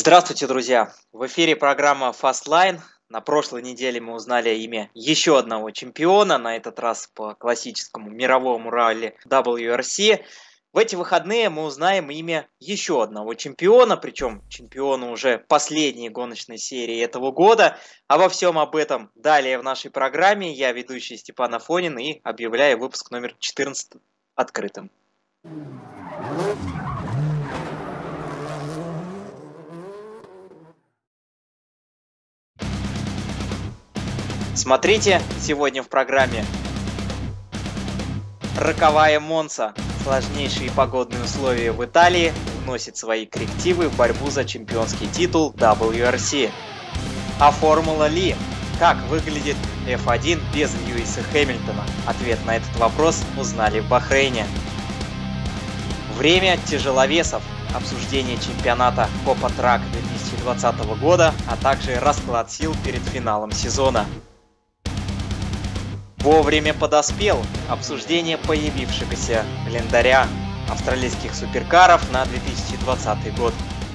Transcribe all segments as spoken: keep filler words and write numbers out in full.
Здравствуйте, друзья! В эфире программа Fastline. На прошлой неделе мы узнали имя еще одного чемпиона, на этот раз по классическому мировому ралли дабл ю ар си. В эти выходные мы узнаем имя еще одного чемпиона, причем чемпиона уже последней гоночной серии этого года. Обо всем об этом далее в нашей программе. Я ведущий Степан Афонин и объявляю выпуск номер четырнадцать открытым. Смотрите сегодня в программе: роковая Монца. Сложнейшие погодные условия в Италии вносят свои коррективы в борьбу за чемпионский титул дабл ю ар си. А Формула Ли. Как выглядит эф один без Льюиса Хэмилтона? Ответ на этот вопрос узнали в Бахрейне. Время тяжеловесов. Обсуждение чемпионата Копа Трак две тысячи двадцатого года, а также расклад сил перед финалом сезона. Вовремя подоспел обсуждение появившегося календаря австралийских суперкаров на две тысячи двадцатый год.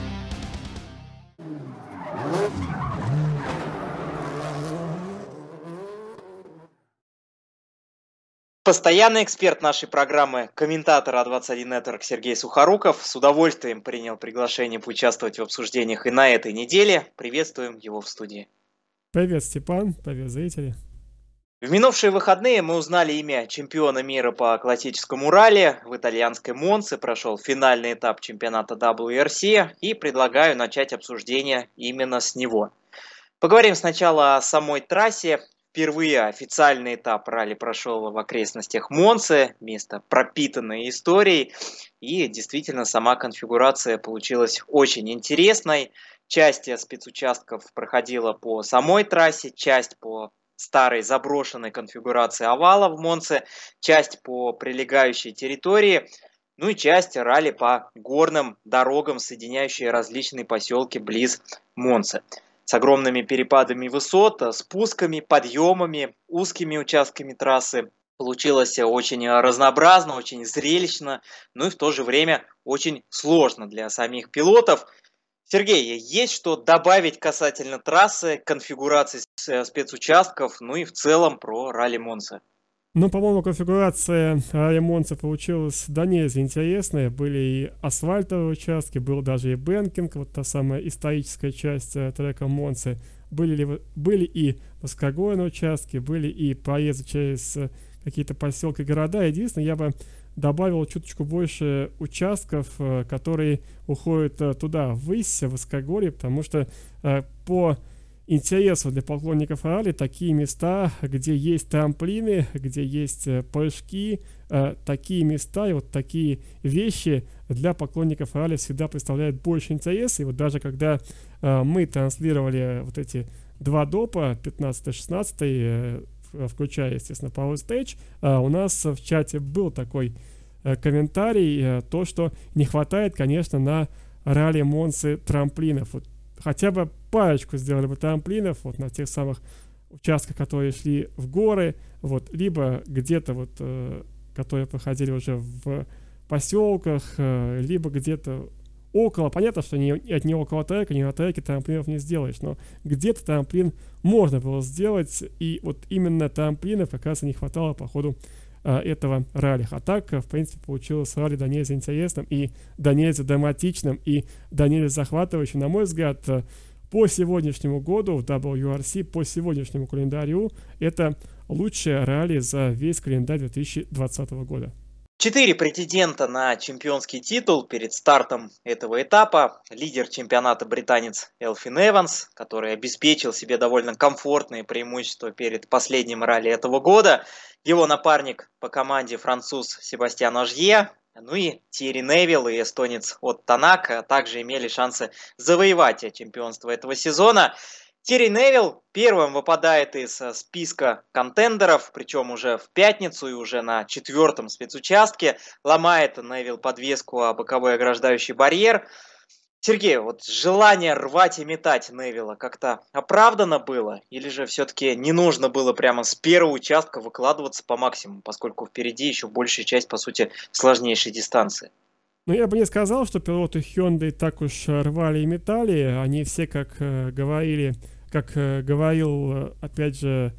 Постоянный эксперт нашей программы, комментатор а двадцать один Network Сергей Сухоруков с удовольствием принял приглашение поучаствовать в обсуждениях и на этой неделе. Приветствуем его в студии. Привет, Степан, привет, зрители. В минувшие выходные мы узнали имя чемпиона мира по классическому ралли. В итальянской Монце прошел финальный этап чемпионата дабл ю ар си, и предлагаю начать обсуждение именно с него. Поговорим сначала о самой трассе. Впервые официальный этап ралли прошел в окрестностях Монцы, место пропитанное историей, и действительно сама конфигурация получилась очень интересной. Часть спецучастков проходила по самой трассе, часть по старой заброшенной конфигурации овала в Монце, часть по прилегающей территории, ну и часть ралли по горным дорогам, соединяющие различные поселки близ Монце. С огромными перепадами высот, спусками, подъемами, узкими участками трассы. Получилось очень разнообразно, очень зрелищно, ну и в то же время очень сложно для самих пилотов. Сергей, есть что добавить касательно трассы, конфигурации спецучастков, ну и в целом про ралли Монца? Ну, по-моему, конфигурация ралли Монца получилась да нельзя интересная. Были и асфальтовые участки, был даже и бэнкинг, вот та самая историческая часть э, трека Монцы. Были, ли, были и плоскогорные участки, были и проезды через э, какие-то поселки, города. Единственное, я бы добавил чуточку больше участков, э, которые уходят э, туда, ввысь, в высокогорье, потому что э, по интересу для поклонников ралли такие места, где есть трамплины, где есть э, прыжки, э, такие места и вот такие вещи для поклонников ралли всегда представляют больше интереса. И вот даже когда э, мы транслировали вот эти два допа, пятнадцатый шестнадцатый, э, включая, естественно, Power Stage, э, у нас в чате был такой э, комментарий, э, то, что не хватает, конечно, на ралли Монцы трамплинов. Вот хотя бы парочку сделали бы трамплинов вот на тех самых участках, которые шли в горы, вот, либо где-то вот, э, которые проходили уже в поселках, э, либо где-то около. Понятно, что не, не около трека, не на треке трамплинов не сделаешь, но где-то трамплин можно было сделать, и вот именно трамплинов как раз и не хватало по ходу э, этого ралли. А так, в принципе, получилось ралли до нельзя интересным и до нельзя драматичным и до нельзя захватывающим. На мой взгляд, по сегодняшнему году в дабл ю ар си, по сегодняшнему календарю, это лучшее ралли за весь календарь две тысячи двадцатого года. Четыре претендента на чемпионский титул перед стартом этого этапа. Лидер чемпионата британец Элфин Эванс, который обеспечил себе довольно комфортные преимущества перед последним ралли этого года. Его напарник по команде француз Себастьян Ожье. Ну и Тьерри Невилл и эстонец Отто Танак также имели шансы завоевать чемпионство этого сезона. Тьерри Невилл первым выпадает из списка контендеров, причем уже в пятницу и уже на четвертом спецучастке. Ломает Невилл подвеску о боковой ограждающий барьер. Сергей, вот желание рвать и метать Невилла как-то оправдано было? Или же все-таки не нужно было прямо с первого участка выкладываться по максимуму, поскольку впереди еще большая часть, по сути, сложнейшей дистанции? Ну, я бы не сказал, что пилоты Hyundai так уж э, рвали и метали. Они все, как э, говорили, как э, говорил, э, опять же,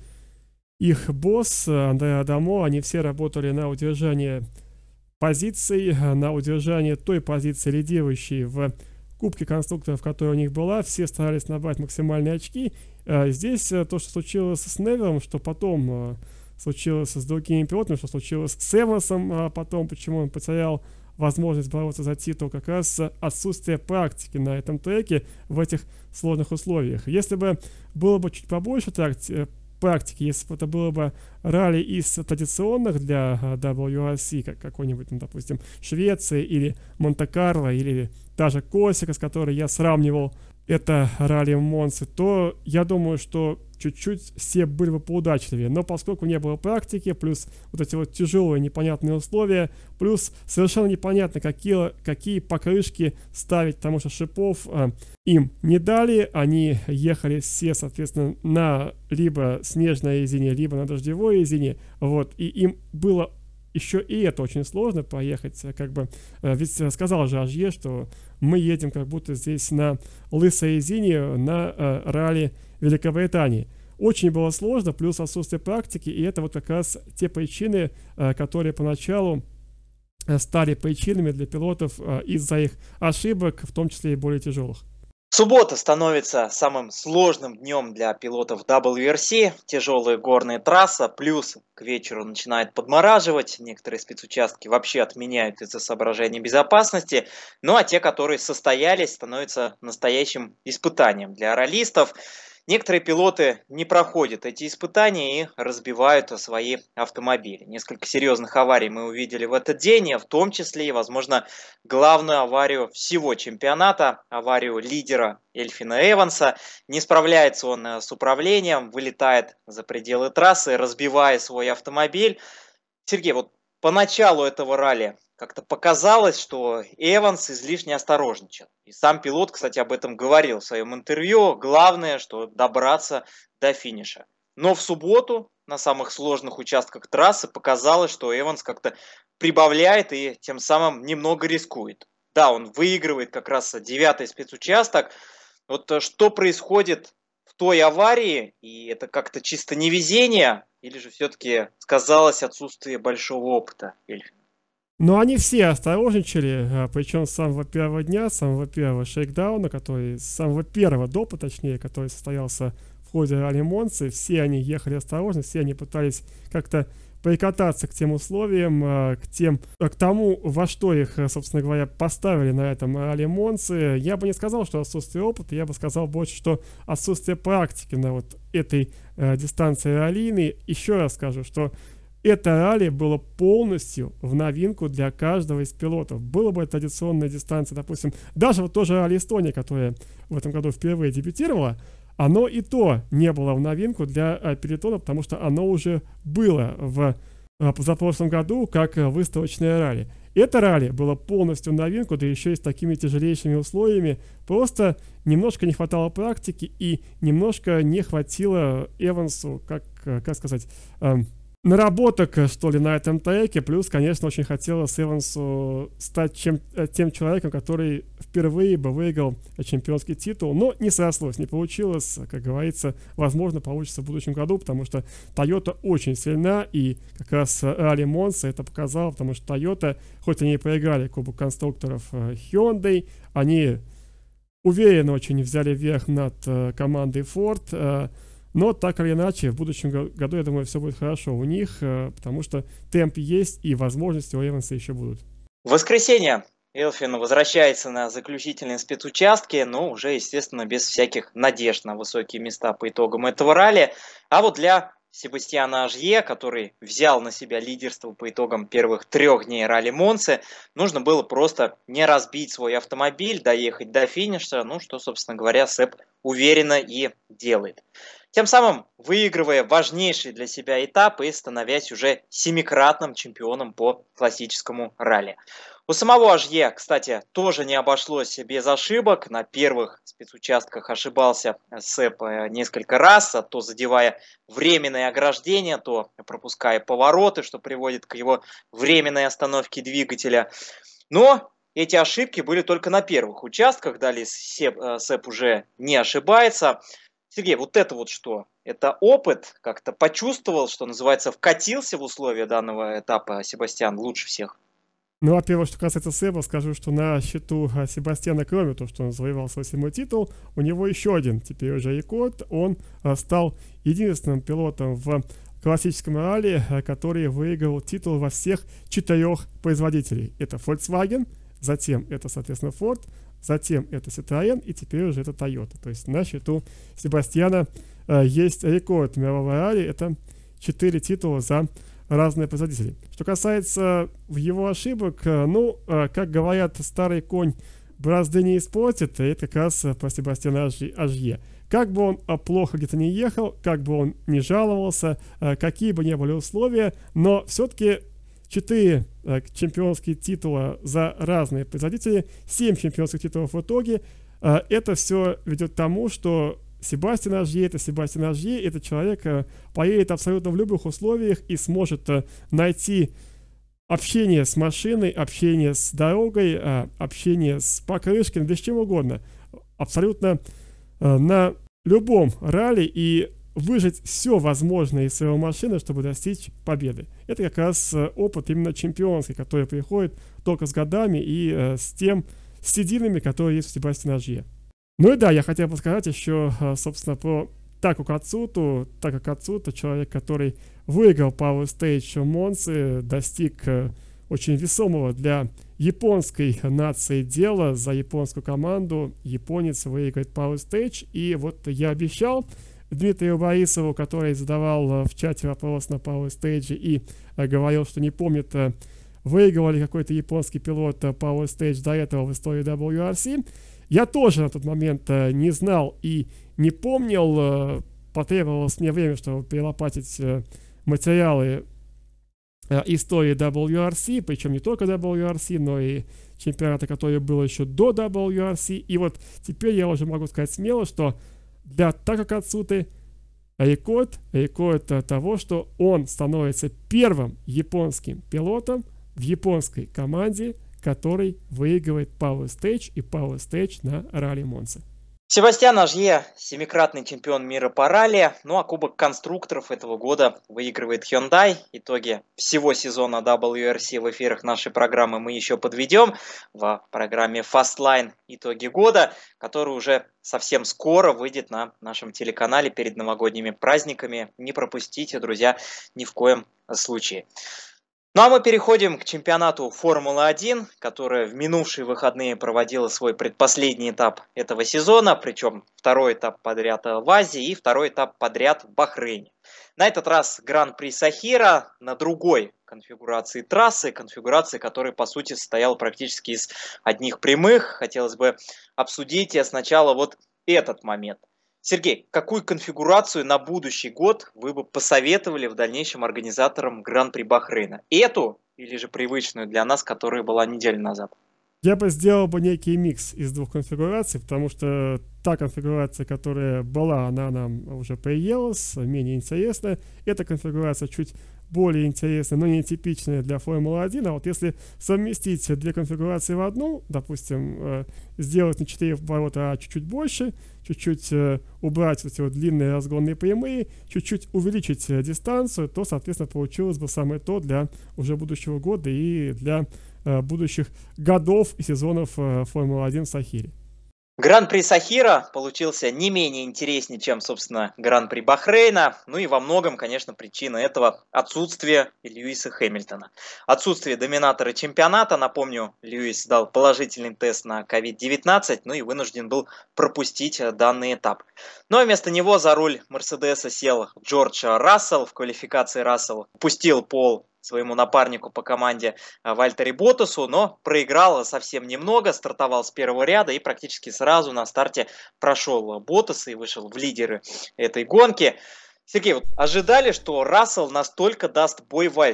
их босс э, Андре Адамо, они все работали на удержание позиций, э, на удержание той позиции лидирующей в Кубке конструкторов, которая у них была. Все старались набрать максимальные очки. Э, Здесь э, то, что случилось с Невером, что потом э, случилось с другими пилотами, что случилось с Эвансом, а потом, почему он потерял возможность бороться за титул, как раз э, отсутствие практики на этом треке в этих сложных условиях. Если бы было бы чуть побольше тракти- практики, если бы это было бы ралли из традиционных для э, дабл ю ар си, как какой-нибудь, ну, допустим, Швеции или Монте-Карло, или даже Корсика, с которой я сравнивал это ралли в Монце, то я думаю, что чуть-чуть все были бы поудачливее. Но поскольку не было практики, плюс вот эти вот тяжелые непонятные условия, плюс совершенно непонятно, какие, какие покрышки ставить, потому что шипов э, им не дали. Они ехали все, соответственно, на либо снежной резине, либо на дождевой резине. Вот, и им было еще и это очень сложно поехать, как бы, ведь сказал же Ажье, что мы едем как будто здесь на лысой резине на э, ралли Великобритании. Очень было сложно, плюс отсутствие практики, и это вот как раз те причины, э, которые поначалу э, стали причинами для пилотов э, из-за их ошибок, в том числе и более тяжелых. Суббота становится самым сложным днем для пилотов дабл ю ар си. Тяжелая горная трасса, плюс к вечеру начинает подмораживать. Некоторые спецучастки вообще отменяют из-за соображений безопасности. Ну а те, которые состоялись, становятся настоящим испытанием для раллистов. Некоторые пилоты не проходят эти испытания и разбивают свои автомобили. Несколько серьезных аварий мы увидели в этот день, в том числе и, возможно, главную аварию всего чемпионата, аварию лидера Эльфина Эванса. Не справляется он с управлением, вылетает за пределы трассы, разбивая свой автомобиль. Сергей, вот по началу этого ралли как-то показалось, что Эванс излишне осторожничал. И сам пилот, кстати, об этом говорил в своем интервью. Главное, что добраться до финиша. Но в субботу на самых сложных участках трассы показалось, что Эванс как-то прибавляет и тем самым немного рискует. Да, он выигрывает как раз девятый спецучасток. Вот э, что происходит в той аварии, и это как-то чисто невезение, или же все-таки сказалось отсутствие большого опыта Эльфина? Но они все осторожничали, а, причем с самого первого дня, с самого первого шейкдауна, который, с самого первого допа, точнее, который состоялся в ходе ралли Монцы, все они ехали осторожно, все они пытались как-то прикататься к тем условиям, а, к тем, а, к тому, во что их, а, собственно говоря, поставили на этом ралли Монцы. Я бы не сказал, что отсутствие опыта, я бы сказал больше, что отсутствие практики на вот этой э, дистанции раллийной. Еще раз скажу, что это ралли было полностью в новинку для каждого из пилотов. Было бы традиционная дистанция, допустим, даже вот тоже ралли Эстония, которая в этом году впервые дебютировала, оно и то не было в новинку для э, пелотона, потому что оно уже было в э, позапрошлом году как э, выставочное ралли. Это ралли было полностью в новинку, да еще и с такими тяжелейшими условиями. Просто немножко не хватало практики и немножко не хватило Эвансу, как, э, как сказать... Э, наработок, что ли, на этом треке. Плюс, конечно, очень хотелось Эвансу стать чем, тем человеком, который впервые бы выиграл чемпионский титул. Но не срослось, не получилось. Как говорится, возможно, получится в будущем году, потому что Toyota очень сильна. И как раз ралли Монса это показало, потому что Toyota, хоть они и проиграли Кубок конструкторов Hyundai, они уверенно очень взяли верх над командой Ford. Но так или иначе, в будущем году, я думаю, все будет хорошо у них, потому что темп есть и возможности у Эванса еще будут. В воскресенье Эльфин возвращается на заключительные спецучастки, но уже, естественно, без всяких надежд на высокие места по итогам этого ралли. А вот для Себастьяна Ажье, который взял на себя лидерство по итогам первых трех дней ралли Монцы, нужно было просто не разбить свой автомобиль, доехать до финиша, ну что, собственно говоря, Сэп уверенно и делает. Тем самым выигрывая важнейший для себя этап и становясь уже семикратным чемпионом по классическому ралли. У самого Ажье, кстати, тоже не обошлось без ошибок. На первых спецучастках ошибался Сэп несколько раз, то задевая временное ограждение, то пропуская повороты, что приводит к его временной остановке двигателя. Но эти ошибки были только на первых участках, далее Сеп, э, Сэп уже не ошибается. Сергей, вот это вот что? Это опыт, как-то почувствовал, что называется, вкатился в условия данного этапа Себастьян лучше всех? Ну, во-первых, что касается Себа, скажу, что на счету а, Себастьяна, кроме того, что он завоевал свой седьмой титул, у него еще один теперь уже рекорд. Он а, стал единственным пилотом в классическом ралли, а, который выиграл титул во всех четырех производителей. Это Volkswagen, затем это, соответственно, Ford, затем это Citroёn и теперь уже это Toyota. То есть на счету Себастьяна а, есть рекорд мирового ралли. Это четыре титула за разные производители. Что касается его ошибок, ну, как говорят, старый конь бразды не испортит, и это как раз про Себастьяна Ажье. Как бы он плохо где-то не ехал, как бы он не жаловался, какие бы ни были условия, но все-таки четыре чемпионские титула за разные производители, семь чемпионских титулов в итоге, это все ведет к тому, что Себастьян Ажье, это Себастьян Ажье, этот человек поедет абсолютно в любых условиях и сможет найти общение с машиной, общение с дорогой, общение с покрышкой, да с чем угодно. Абсолютно на любом ралли и выжать все возможное из своей машины, чтобы достичь победы. Это как раз опыт именно чемпионский, который приходит только с годами и с тем сединами, которые есть у Себастьяна Ажье. Ну и да, я хотел бы сказать еще, собственно, про Таку Кацуту. Така Кацута, человек, который выиграл Power Stage в Монце, достиг очень весомого для японской нации дела. За японскую команду японец выиграет Power Stage. И вот я обещал Дмитрию Борисову, который задавал в чате вопрос на Power Stage и говорил, что не помнит, выигрывал ли какой-то японский пилот Power Stage до этого в истории дабл ю ар си. Я тоже на тот момент э, не знал и не помнил, э, потребовалось мне время, чтобы перелопатить э, материалы э, истории дабл ю ар си, причем не только дабл ю ар си, но и чемпионата, который был еще до дабл ю ар си. И вот теперь я уже могу сказать смело, что для Така Кацуты рекорд, рекорд того, что он становится первым японским пилотом в японской команде, который выигрывает Power Stage и Power Stage на ралли Монце. Себастьян Ажье, семикратный чемпион мира по ралли, ну а Кубок конструкторов этого года выигрывает Hyundai. Итоги всего сезона дабл ю ар си в эфирах нашей программы мы еще подведем в программе Fastline «Итоги года», которая уже совсем скоро выйдет на нашем телеканале перед новогодними праздниками. Не пропустите, друзья, ни в коем случае. Ну а мы переходим к чемпионату Формулы один, которая в минувшие выходные проводила свой предпоследний этап этого сезона, причем второй этап подряд в Азии и второй этап подряд в Бахрейне. На этот раз Гран-при Сахира на другой конфигурации трассы, конфигурации, которая по сути состояла практически из одних прямых. Хотелось бы обсудить сначала вот этот момент. Сергей, какую конфигурацию на будущий год вы бы посоветовали в дальнейшем организаторам Гран-при Бахрейна? Эту или же привычную для нас, которая была неделю назад? Я бы сделал бы некий микс из двух конфигураций, потому что та конфигурация, которая была, она нам уже приелась, менее интересная. Эта конфигурация чуть более интересная, но не типичная для Формулы один. А вот если совместить две конфигурации в одну, допустим, сделать не четыре оборота, а чуть-чуть больше, чуть-чуть убрать вот эти вот длинные разгонные прямые, чуть-чуть увеличить дистанцию, то, соответственно, получилось бы самое то для уже будущего года и для будущих годов и сезонов Формулы один в Сахире. Гран-при Сахира получился не менее интереснее, чем, собственно, Гран-при Бахрейна. Ну и во многом, конечно, причина этого отсутствие Льюиса Хэмилтона. Отсутствие доминатора чемпионата. Напомню, Льюис дал положительный тест на ковид девятнадцать, ну и вынужден был пропустить данный этап. Ну а вместо него за руль Мерседеса сел Джордж Рассел. В квалификации Рассел пустил пол своему напарнику по команде Вальтеру Боттасу, но проиграл совсем немного, стартовал с первого ряда и практически сразу на старте прошел Боттаса и вышел в лидеры этой гонки. Сергей, вот ожидали, что Рассел настолько даст бой Вальтере?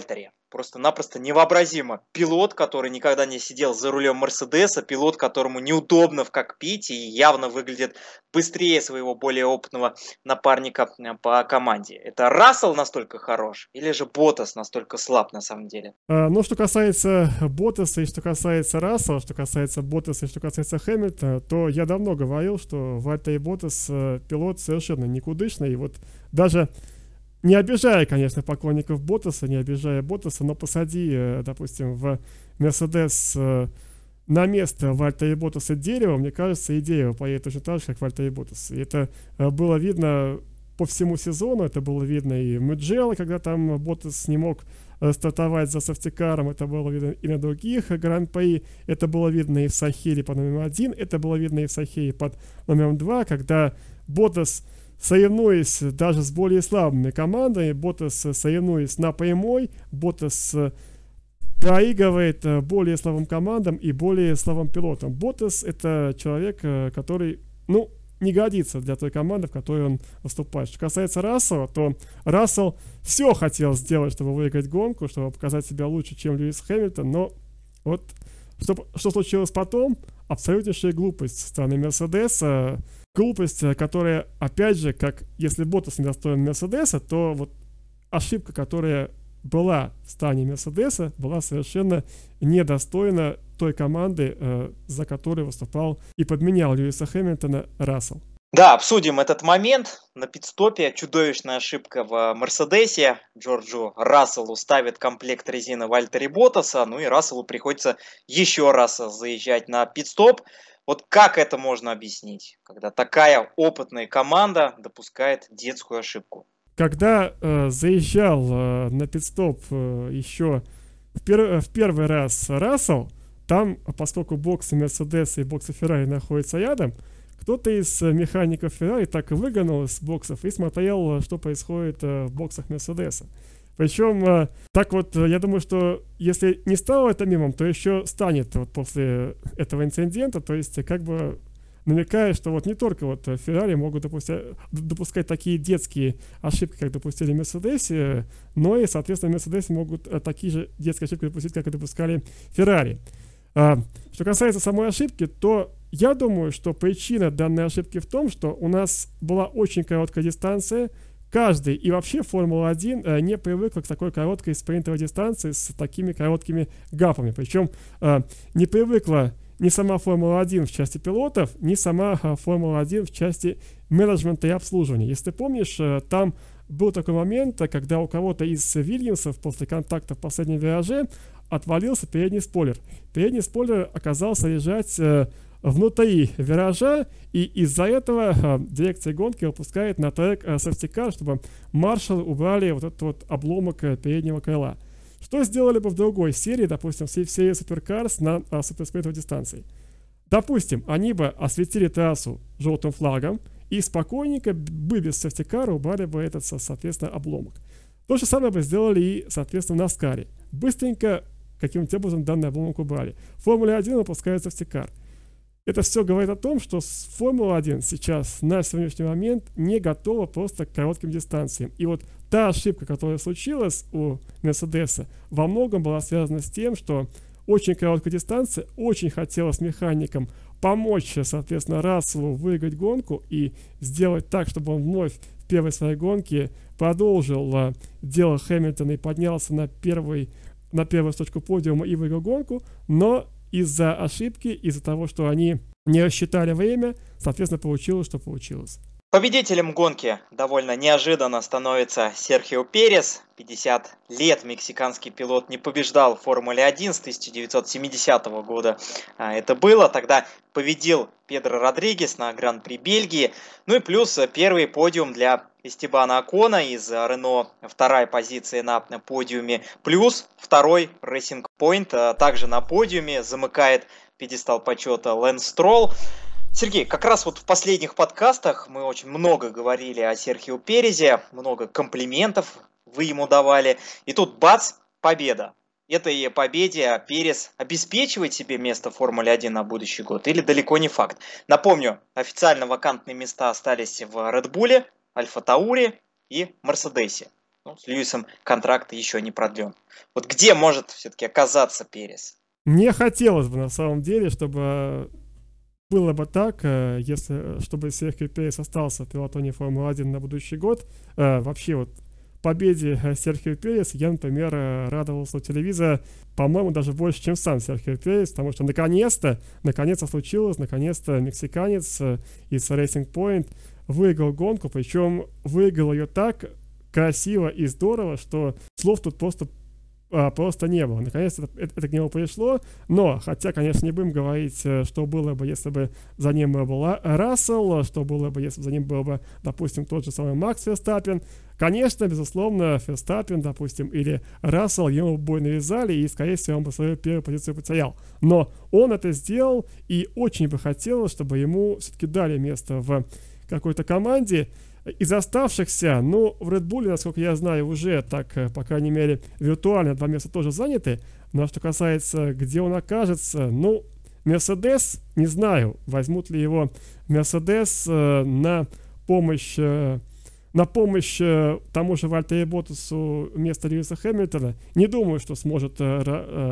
просто-напросто невообразимо. Пилот, который никогда не сидел за рулем Мерседеса, пилот, которому неудобно в кокпите и явно выглядит быстрее своего более опытного напарника по команде. Это Рассел настолько хорош или же Боттас настолько слаб на самом деле? А, ну, что касается Боттаса и что касается Рассела, что касается Боттаса и что касается Хэмилтона, то я давно говорил, что Вальттери Боттас э, пилот совершенно никудышный. И вот даже не обижая, конечно, поклонников Боттаса, не обижая Боттаса, но посади, э, допустим, в Мерседес э, на место Вальттери Боттаса дерево, мне кажется, и дерево поедет точно так же, как Вальттери Боттас. И это э, было видно по всему сезону, это было видно и в Муджелло, когда там Боттас не мог стартовать за софтикаром, это было видно и на других гран-при, это было видно и в Сахире под номером один, это было видно и в Сахире под номером два, когда Боттас, соревнуясь даже с более слабыми командами, Боттас, соревнуясь на прямой, Боттас проигрывает более слабым командам и более слабым пилотам. Боттас — это человек, который, ну, не годится для той команды, в которой он выступает. Что касается Рассела, то Рассел все хотел сделать, чтобы выиграть гонку, чтобы показать себя лучше, чем Льюис Хэмилтон, но вот что, что случилось потом, абсолютнейшая глупость со стороны Мерседеса, глупость, которая, опять же, как если Боттас недостоин Мерседеса, то вот ошибка, которая была в стане Мерседеса, была совершенно недостойна той команды, э, за которой выступал и подменял Льюиса Хэмилтона Рассел. Да, обсудим этот момент. На пит-стопе чудовищная ошибка в Мерседесе. Джорджу Расселу ставит комплект резины Вальттери Боттаса, ну и Расселу приходится еще раз заезжать на пит-стоп. Вот как это можно объяснить, когда такая опытная команда допускает детскую ошибку? Когда э, заезжал э, на пит-стоп э, еще в, пер- в первый раз Рассел, там, поскольку боксы Мерседеса и боксы Феррари находятся рядом, кто-то из механиков Феррари так и выглянул из боксов и смотрел, что происходит э, в боксах Мерседеса. Причем, э, так вот, я думаю, что если не стало это мемом, то еще станет вот после этого инцидента, то есть как бы намекая, что вот не только вот Феррари могут допустя... допускать такие детские ошибки, как допустили в Мерседесе, но и, соответственно, в Мерседесе могут такие же детские ошибки допустить, как и допускали Феррари. А, что касается самой ошибки, то я думаю, что причина данной ошибки в том, что у нас была очень короткая дистанция, каждый и вообще Формула один э, не привыкла к такой короткой спринтовой дистанции с такими короткими гафами. Причем э, не привыкла ни сама Формула один в части пилотов, ни сама Формула один в части менеджмента и обслуживания. Если ты помнишь, там был такой момент, когда у кого-то из Вильямсов после контакта в последнем вираже отвалился передний спойлер. Передний спойлер оказался лежать э, внутри виража, и из-за этого э, дирекция гонки выпускает на трек э, сефтикар, чтобы маршалы убрали вот этот вот обломок э, переднего крыла. Что сделали бы в другой серии, допустим, в серии Суперкарс на а, суперспринтовой дистанции? Допустим, они бы осветили трассу желтым флагом и спокойненько бы без сефтикара убрали бы этот, соответственно, обломок. То же самое бы сделали и, соответственно, на Скаре. Быстренько каким-то образом данный обломок убрали. В Формуле один выпускает сефтикар. Это все говорит о том, что Формула один сейчас на сегодняшний момент не готова просто к коротким дистанциям. И вот та ошибка, которая случилась у Мерседеса, во многом была связана с тем, что очень короткая дистанция, очень хотелось механикам помочь, соответственно, Расселу выиграть гонку и сделать так, чтобы он вновь в первой своей гонке продолжил а, дело Хэмилтона и поднялся на, первый, на первую точку подиума и выиграл гонку, но из-за ошибки, из-за того, что они не рассчитали время, соответственно, получилось, что получилось. Победителем гонки довольно неожиданно становится Серхио Перес. пятьдесят лет мексиканский пилот не побеждал в Формуле один с тысяча девятьсот семидесятого года. Это было. Тогда победил Педро Родригес на Гран-при Бельгии. Ну и плюс первый подиум для Эстебана Окона из Рено. Вторая позиция на подиуме. Плюс второй Racing Point также на подиуме. Замыкает пьедестал почета Лэнс Стролл. Сергей, как раз вот в последних подкастах мы очень много говорили о Серхио Перезе, много комплиментов вы ему давали. И тут бац, победа. Этой победе Перес обеспечивает себе место в Формуле один на будущий год или далеко не факт? Напомню, официально вакантные места остались в Red Bull, Альфа Таури и Мерседесе. Ну, с Льюисом контракт еще не продлен. Вот где может все-таки оказаться Перес? Мне хотелось бы на самом деле, чтобы было бы так, э, если чтобы Серхио Перес остался в пилотоне Формулы один на будущий год. Э, вообще вот победе э, Серхио Перес я, например, э, радовался у телевизора, по-моему, даже больше, чем сам Серхио Перес, потому что наконец-то, наконец-то случилось, наконец-то мексиканец э, из Racing Point выиграл гонку, причем выиграл ее так красиво и здорово, что слов тут просто а, просто не было. Наконец-то это, это, это к нему пришло, но, хотя, конечно, не будем говорить, э, что было бы, если бы за ним был Рассел, что было бы, если бы за ним был бы, допустим, тот же самый Макс Ферстаппен. Конечно, безусловно, Ферстаппен, допустим, или Рассел ему бой навязали, и, скорее всего, он бы свою первую позицию потерял. Но он это сделал, и очень бы хотелось, чтобы ему все-таки дали место в какой-то команде. Из оставшихся, ну, в Red Bull, насколько я знаю, уже так, по крайней мере, виртуально два места тоже заняты. Но что касается, где он окажется, ну, Мерседес, не знаю, возьмут ли его Мерседес э, на помощь, э, на помощь э, тому же Вальтеру Боттасу вместо Льюиса Хэмилтона. Не думаю, что сможет э, э,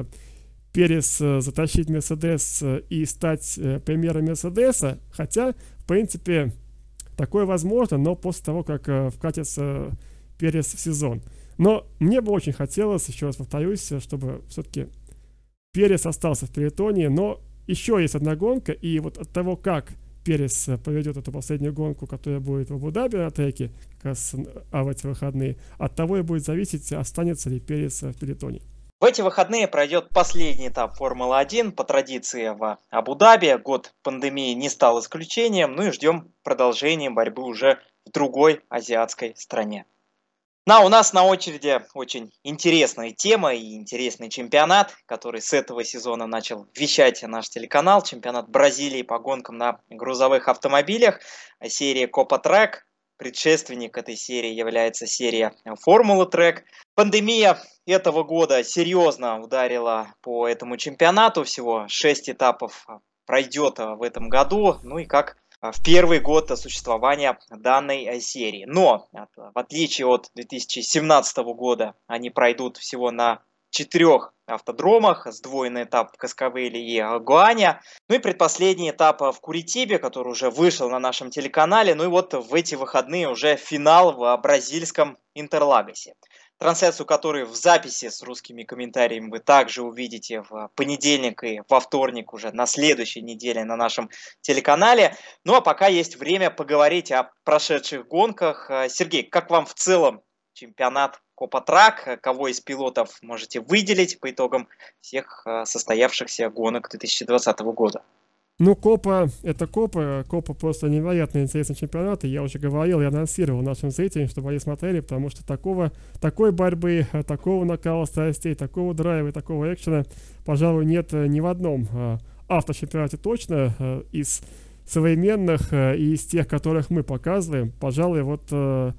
Перес э, затащить Мерседес э, и стать э, премьером Мерседеса, хотя, в принципе, такое возможно, но после того, как э, вкатится Перес в сезон. Но мне бы очень хотелось, еще раз повторюсь, чтобы все-таки Перес остался в пелотоне, но еще есть одна гонка, и вот от того, как Перес поведет эту последнюю гонку, которая будет в Абу-Даби на треке, как раз а в эти выходные, от того и будет зависеть, останется ли Перес в пелотоне. В эти выходные пройдет последний этап Формулы один по традиции в Абу-Даби. Год пандемии не стал исключением, ну и ждем продолжения борьбы уже в другой азиатской стране. Ну, а у нас на очереди очень интересная тема и интересный чемпионат, который с этого сезона начал вещать наш телеканал. Чемпионат Бразилии по гонкам на грузовых автомобилях, серия Copa Track. Предшественник этой серии является серия Формулы Трек. Пандемия этого года серьезно ударила по этому чемпионату. Всего шесть этапов пройдет в этом году. Ну и как в первый год существования данной серии. Но, в отличие от две тысячи семнадцатого года, они пройдут всего на четырех автодромах, сдвоенный этап в Каскавеле и Гуане, ну и предпоследний этап в Куритибе, который уже вышел на нашем телеканале, ну и вот в эти выходные уже финал в бразильском Интерлагосе. Трансляцию, которую в записи с русскими комментариями вы также увидите в понедельник и во вторник уже на следующей неделе на нашем телеканале. Ну а пока есть время поговорить о прошедших гонках. Сергей, как вам в целом чемпионат Copa Track? Кого из пилотов можете выделить по итогам всех состоявшихся гонок две тысячи двадцатого года? Ну, Копа, это Копа. Копа просто невероятно интересный чемпионат. И я уже говорил, я анонсировал нашим зрителям, чтобы они смотрели, потому что такого, такой борьбы, такого накала страстей, такого драйва, такого экшена, пожалуй, нет ни в одном авточемпионате точно. Из современных и из тех, которых мы показываем, пожалуй, вот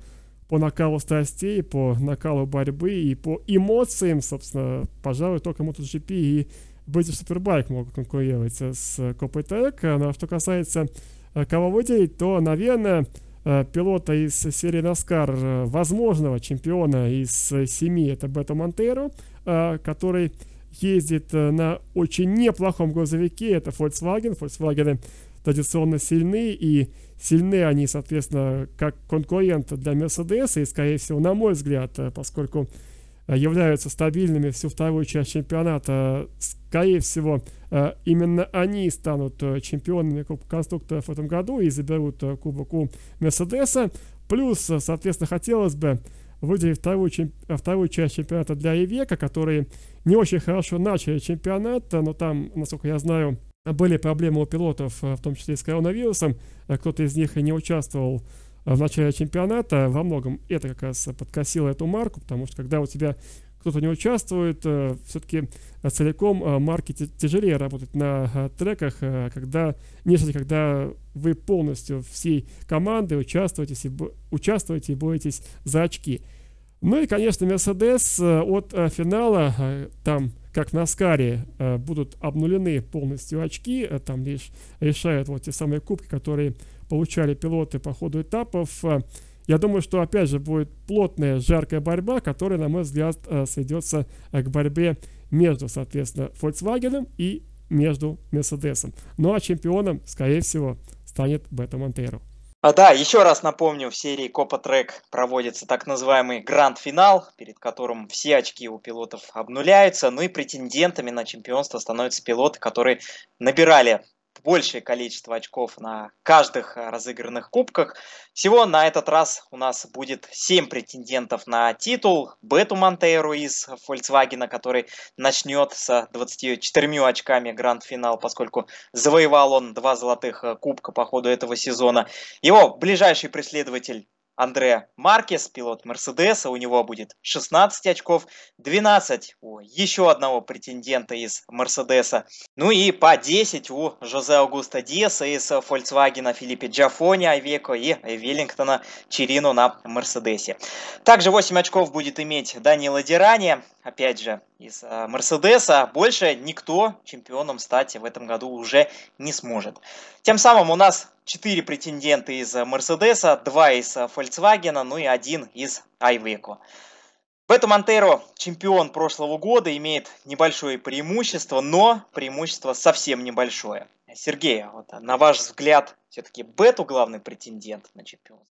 по накалу страстей, по накалу борьбы и по эмоциям, собственно, пожалуй, только MotoGP и British Superbike могут конкурировать с Copa Track. Но что касается кого выделить, то, наверное, пилота из серии NASCAR, возможного чемпиона из семи, это Бето Монтейро, который ездит на очень неплохом грузовике, это Volkswagen. Volkswagen традиционно сильны, и сильны они, соответственно, как конкурент для Mercedes, и, скорее всего, на мой взгляд, поскольку являются стабильными всю вторую часть чемпионата, скорее всего, именно они станут чемпионами Кубка конструкторов в этом году и заберут кубок у Мерседеса. Плюс, соответственно, хотелось бы выделить вторую, чемп... вторую часть чемпионата для Ивека, которые не очень хорошо начали чемпионат, но там, насколько я знаю, были проблемы у пилотов, в том числе и с коронавирусом. Кто-то из них и не участвовал в начале чемпионата. Во многом это как раз подкосило эту марку, потому что когда у тебя кто-то не участвует, все-таки целиком марке тяжелее работать на треках, когда, нежели когда вы полностью всей командой участвуете, участвуете и боретесь за очки. Ну и, конечно, Мерседес от финала, там, как на Скаре, будут обнулены полностью очки, там лишь решают вот те самые кубки, которые получали пилоты по ходу этапов. я думаю, что опять же будет плотная, жаркая борьба, которая, на мой взгляд, сведется к борьбе между, соответственно, Volkswagen и между Мерседесом. Ну а чемпионом, скорее всего, станет Бето Монтейро. А, да, еще раз напомню, в серии Copa Track проводится так называемый гранд-финал, перед которым все очки у пилотов обнуляются, ну и претендентами на чемпионство становятся пилоты, которые набирали большее количество очков на каждых разыгранных кубках. Всего на этот раз у нас будет семь претендентов на титул. Бету Монтейро из Volkswagen, который начнет с двадцатью четырьмя очками гранд-финал, поскольку завоевал он два золотых кубка по ходу этого сезона. Его ближайший преследователь Андре Маркес, пилот Мерседеса, у него будет шестнадцать очков, двенадцать у еще одного претендента из Мерседеса, ну и по десять у Жозе Аугусто Диаса из Volkswagen, Филиппе Джафони Айвеко и Веллингтона Черино на Мерседесе. Также восемь очков будет иметь Данило Дирани, опять же, из Мерседеса. Больше никто чемпионом стать в этом году уже не сможет. Тем самым у нас четыре претендента из Мерседеса, два из Volkswagen, ну и один из Айвеко. Бето Монтейро, чемпион прошлого года, имеет небольшое преимущество, но преимущество совсем небольшое. Сергей, вот, на ваш взгляд, все-таки Бету главный претендент на чемпионство?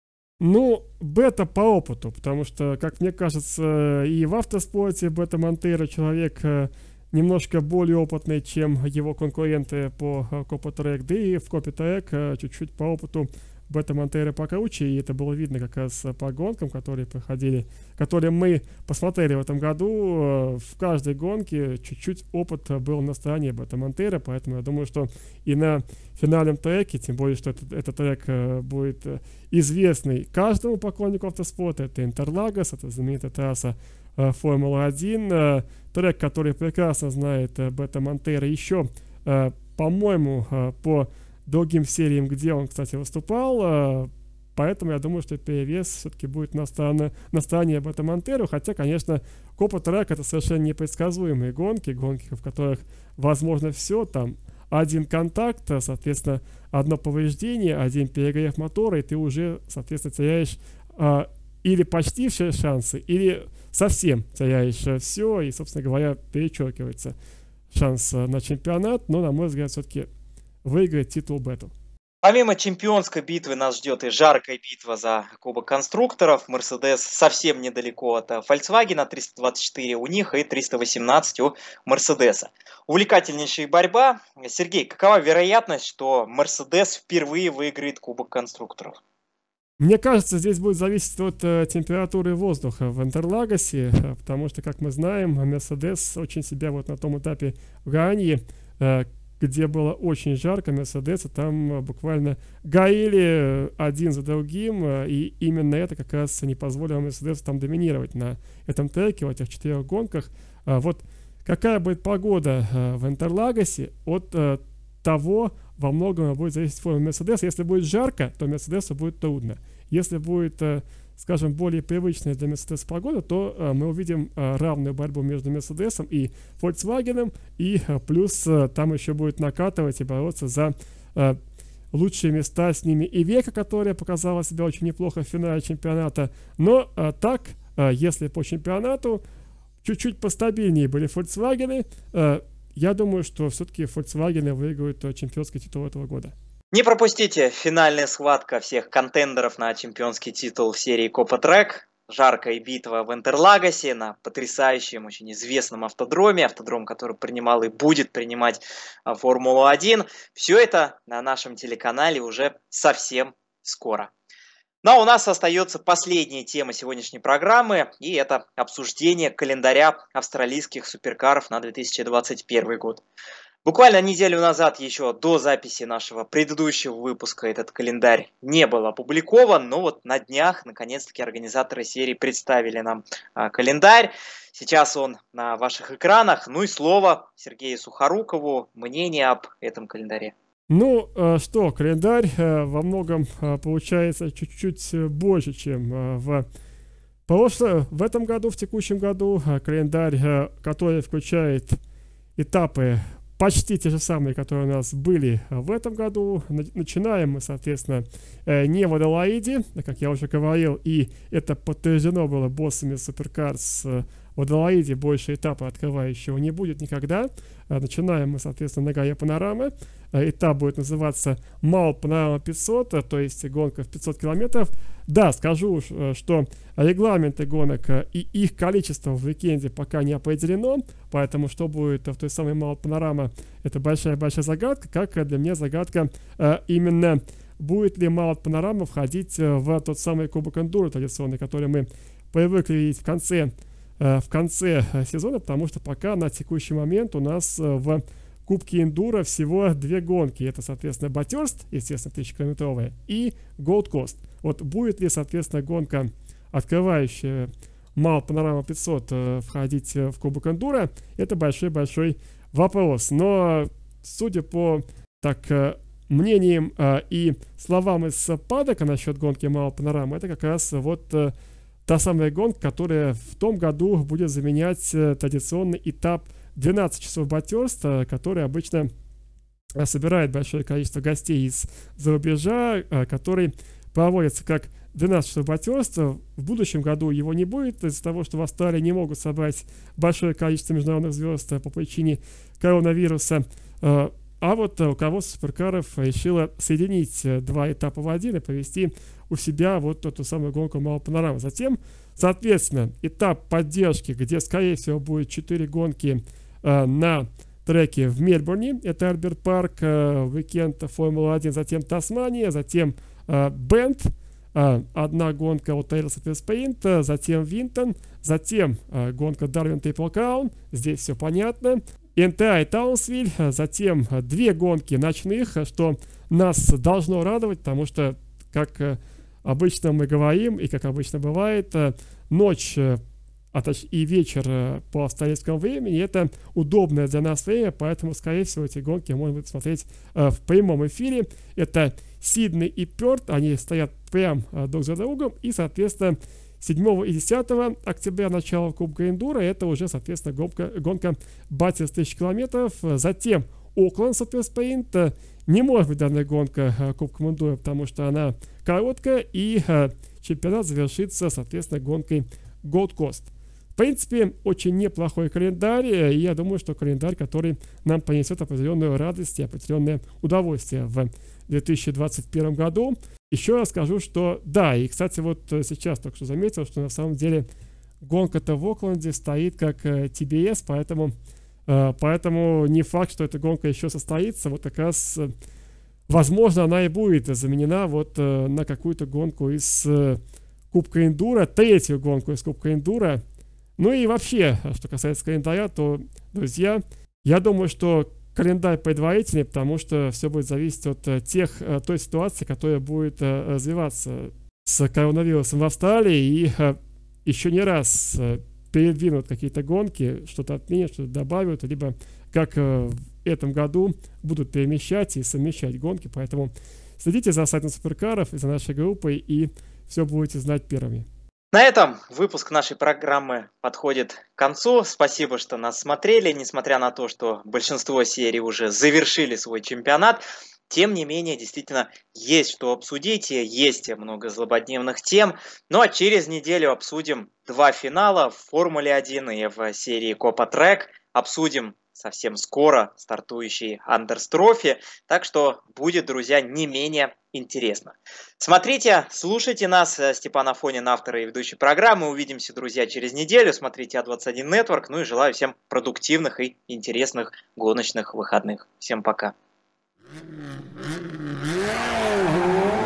Ну, Бета по опыту, потому что, как мне кажется, и в автоспорте Бето Монтейро человек немножко более опытный, чем его конкуренты по Copa Track, да и в Copa Track чуть-чуть по опыту Бето Монтейро покруче, и это было видно как раз по гонкам, которые проходили, которые мы посмотрели в этом году. В каждой гонке чуть-чуть опыт был на стороне Бето Монтейро, поэтому я думаю, что и на финальном треке, тем более, что этот, этот трек будет известный каждому поклоннику автоспорта, это Интерлагос, это знаменитая трасса Формула один, трек, который прекрасно знает Бето Монтейро еще, по-моему, по другим сериям, где он, кстати, выступал, поэтому я думаю, что перевес все-таки будет на стороне, на стороне Бето Монтейро, хотя, конечно, Copa Track это совершенно непредсказуемые гонки, гонки, в которых возможно все, там один контакт, соответственно, одно повреждение, один перегрев мотора, и ты уже, соответственно, теряешь а, или почти все шансы, или совсем теряешь все, и, собственно говоря, перечеркивается шанс на чемпионат, но, на мой взгляд, все-таки выиграть титул Бету. Помимо чемпионской битвы нас ждет и жаркая битва за Кубок конструкторов. Мерседес совсем недалеко от Volkswagen, триста двадцать четыре у них и триста восемнадцать у Мерседеса. Увлекательнейшая борьба. Сергей, какова вероятность, что Мерседес впервые выиграет Кубок конструкторов? Мне кажется, здесь будет зависеть от э, температуры воздуха в Интерлагосе, э, потому что, как мы знаем, Мерседес очень себя вот на том этапе в Гаанье, э, где было очень жарко, Мерседеса там э, буквально горели один за другим, э, и именно это как раз не позволило Мерседесу там доминировать на этом треке, в этих четырех гонках. Э, вот какая будет погода э, в Интерлагосе, от э, того во многом будет зависеть форма Мерседеса. Если будет жарко, то Мерседесу будет трудно. Если будет, скажем, более привычная для Мерседеса погода, то мы увидим равную борьбу между Мерседесом и Volkswagen, и плюс там еще будет накатывать и бороться за лучшие места с ними и Века, которая показала себя очень неплохо в финале чемпионата. Но так, если по чемпионату чуть-чуть постабильнее были Volkswagen, я думаю, что все-таки Volkswagen выиграют чемпионский титул этого года. Не пропустите финальная схватка всех контендеров на чемпионский титул в серии Copa Track. Жаркая битва в Интерлагосе на потрясающем, очень известном автодроме. Автодром, который принимал и будет принимать Формулу один. Все это на нашем телеканале уже совсем скоро. Ну а у нас остается последняя тема сегодняшней программы, и это обсуждение календаря австралийских суперкаров на две тысячи двадцать первый год. Буквально неделю назад, еще до записи нашего предыдущего выпуска, этот календарь не был опубликован, но вот на днях, наконец-таки, организаторы серии представили нам а, календарь. Сейчас он на ваших экранах. Ну и слово Сергею Сухорукову, мнение об этом календаре. Ну что, календарь во многом получается чуть-чуть больше, чем в прошлом, в этом году, в текущем году. Календарь, который включает этапы почти те же самые, которые у нас были в этом году. Начинаем мы, соответственно, не в Аделаиде, как я уже говорил, и это подтверждено было боссами Supercars. В Аделаиде больше этапа открывающего не будет никогда. Начинаем мы, соответственно, на горе Панорамы. Этап будет называться Маунт Панорама пятьсот, то есть гонка в пятьсот километров. Да, скажу, что регламенты гонок и их количество в уикенде пока не определено, поэтому что будет в той самой Маунт Панорама, это большая-большая загадка, как для меня загадка именно будет ли Маунт Панорама входить в тот самый Кубок Эндуро традиционный, который мы привыкли видеть в конце, в конце сезона, потому что пока на текущий момент у нас в Кубке Эндуро всего две гонки. Это, соответственно, Bathurst, естественно, тысячекилометровая, и Gold Coast. Вот будет ли, соответственно, гонка, открывающая Маунт Панорама пятьсот, входить в Кубок Эндуро, это большой-большой вопрос. Но, судя по так мнениям и словам из падока насчет гонки Маунт Панорама, это как раз вот та самая гонка, которая в том году будет заменять традиционный этап двенадцать часов Bathurst, который обычно собирает большое количество гостей из-за рубежа, который проводится как двенадцать часов Bathurst. В будущем году его не будет из-за того, что в Австралии не могут собрать большое количество международных звезд по причине коронавируса. А вот руководство суперкаров решило соединить два этапа в один и провести у себя вот эту самую гонку Маунт Панорама. Затем, соответственно, этап поддержки, где, скорее всего, будет четыре гонки э, на треке в Мельбурне. Это Альберт Парк, э, уикенд Формула один, затем Тасмания, затем э, Бенд, э, одна гонка от Taylor Sprint, затем Винтон, затем э, гонка Дарвин Трипл Краун. Здесь все понятно. эн тэ эй Таунсвиль, затем две гонки ночных, что нас должно радовать, потому что, как обычно мы говорим, и как обычно бывает, ночь а точ- и вечер по австралийскому времени — это удобное для нас время, поэтому, скорее всего, эти гонки можно будет смотреть в прямом эфире. Это Сидней и Пёрт, они стоят прям друг за другом, и, соответственно, седьмого и десятого октября начало Кубка Эндуро, это уже, соответственно, гонка, гонка Bathurst тысяча километров. Затем Окленд Суперспринт. Не может быть данная гонка Кубка Эндуро, потому что она короткая, и чемпионат завершится, соответственно, гонкой Gold Coast. В принципе, очень неплохой календарь, и я думаю, что календарь, который нам принесет определенную радость и определенное удовольствие в две тысячи двадцать первом году. Еще раз скажу, что да, и, кстати, вот сейчас только что заметил, что на самом деле гонка-то в Окленде стоит как ти би эс, поэтому, поэтому не факт, что эта гонка еще состоится. Вот как раз, возможно, она и будет заменена вот на какую-то гонку из Кубка Эндуро, третью гонку из Кубка Эндуро. Ну и вообще, что касается календаря, то, друзья, я думаю, что календарь предварительный, потому что все будет зависеть от тех, той ситуации, которая будет развиваться с коронавирусом в Австралии, и еще не раз передвинут какие-то гонки, что-то отменят, что-то добавят, либо как в этом году будут перемещать и совмещать гонки, поэтому следите за сайтом Суперкаров и за нашей группой, и все будете знать первыми. На этом выпуск нашей программы подходит к концу. Спасибо, что нас смотрели, несмотря на то, что большинство серий уже завершили свой чемпионат. Тем не менее, действительно, есть что обсудить, есть много злободневных тем. Ну а через неделю обсудим два финала в Формуле один и в серии Copa Track. Обсудим совсем скоро стартующий Андерс Трофи. Так что будет, друзья, не менее интересно. Смотрите, слушайте нас, Степан Афонин, автор и ведущий программы. Увидимся, друзья, через неделю. Смотрите а двадцать один Network. Ну и желаю всем продуктивных и интересных гоночных выходных. Всем пока.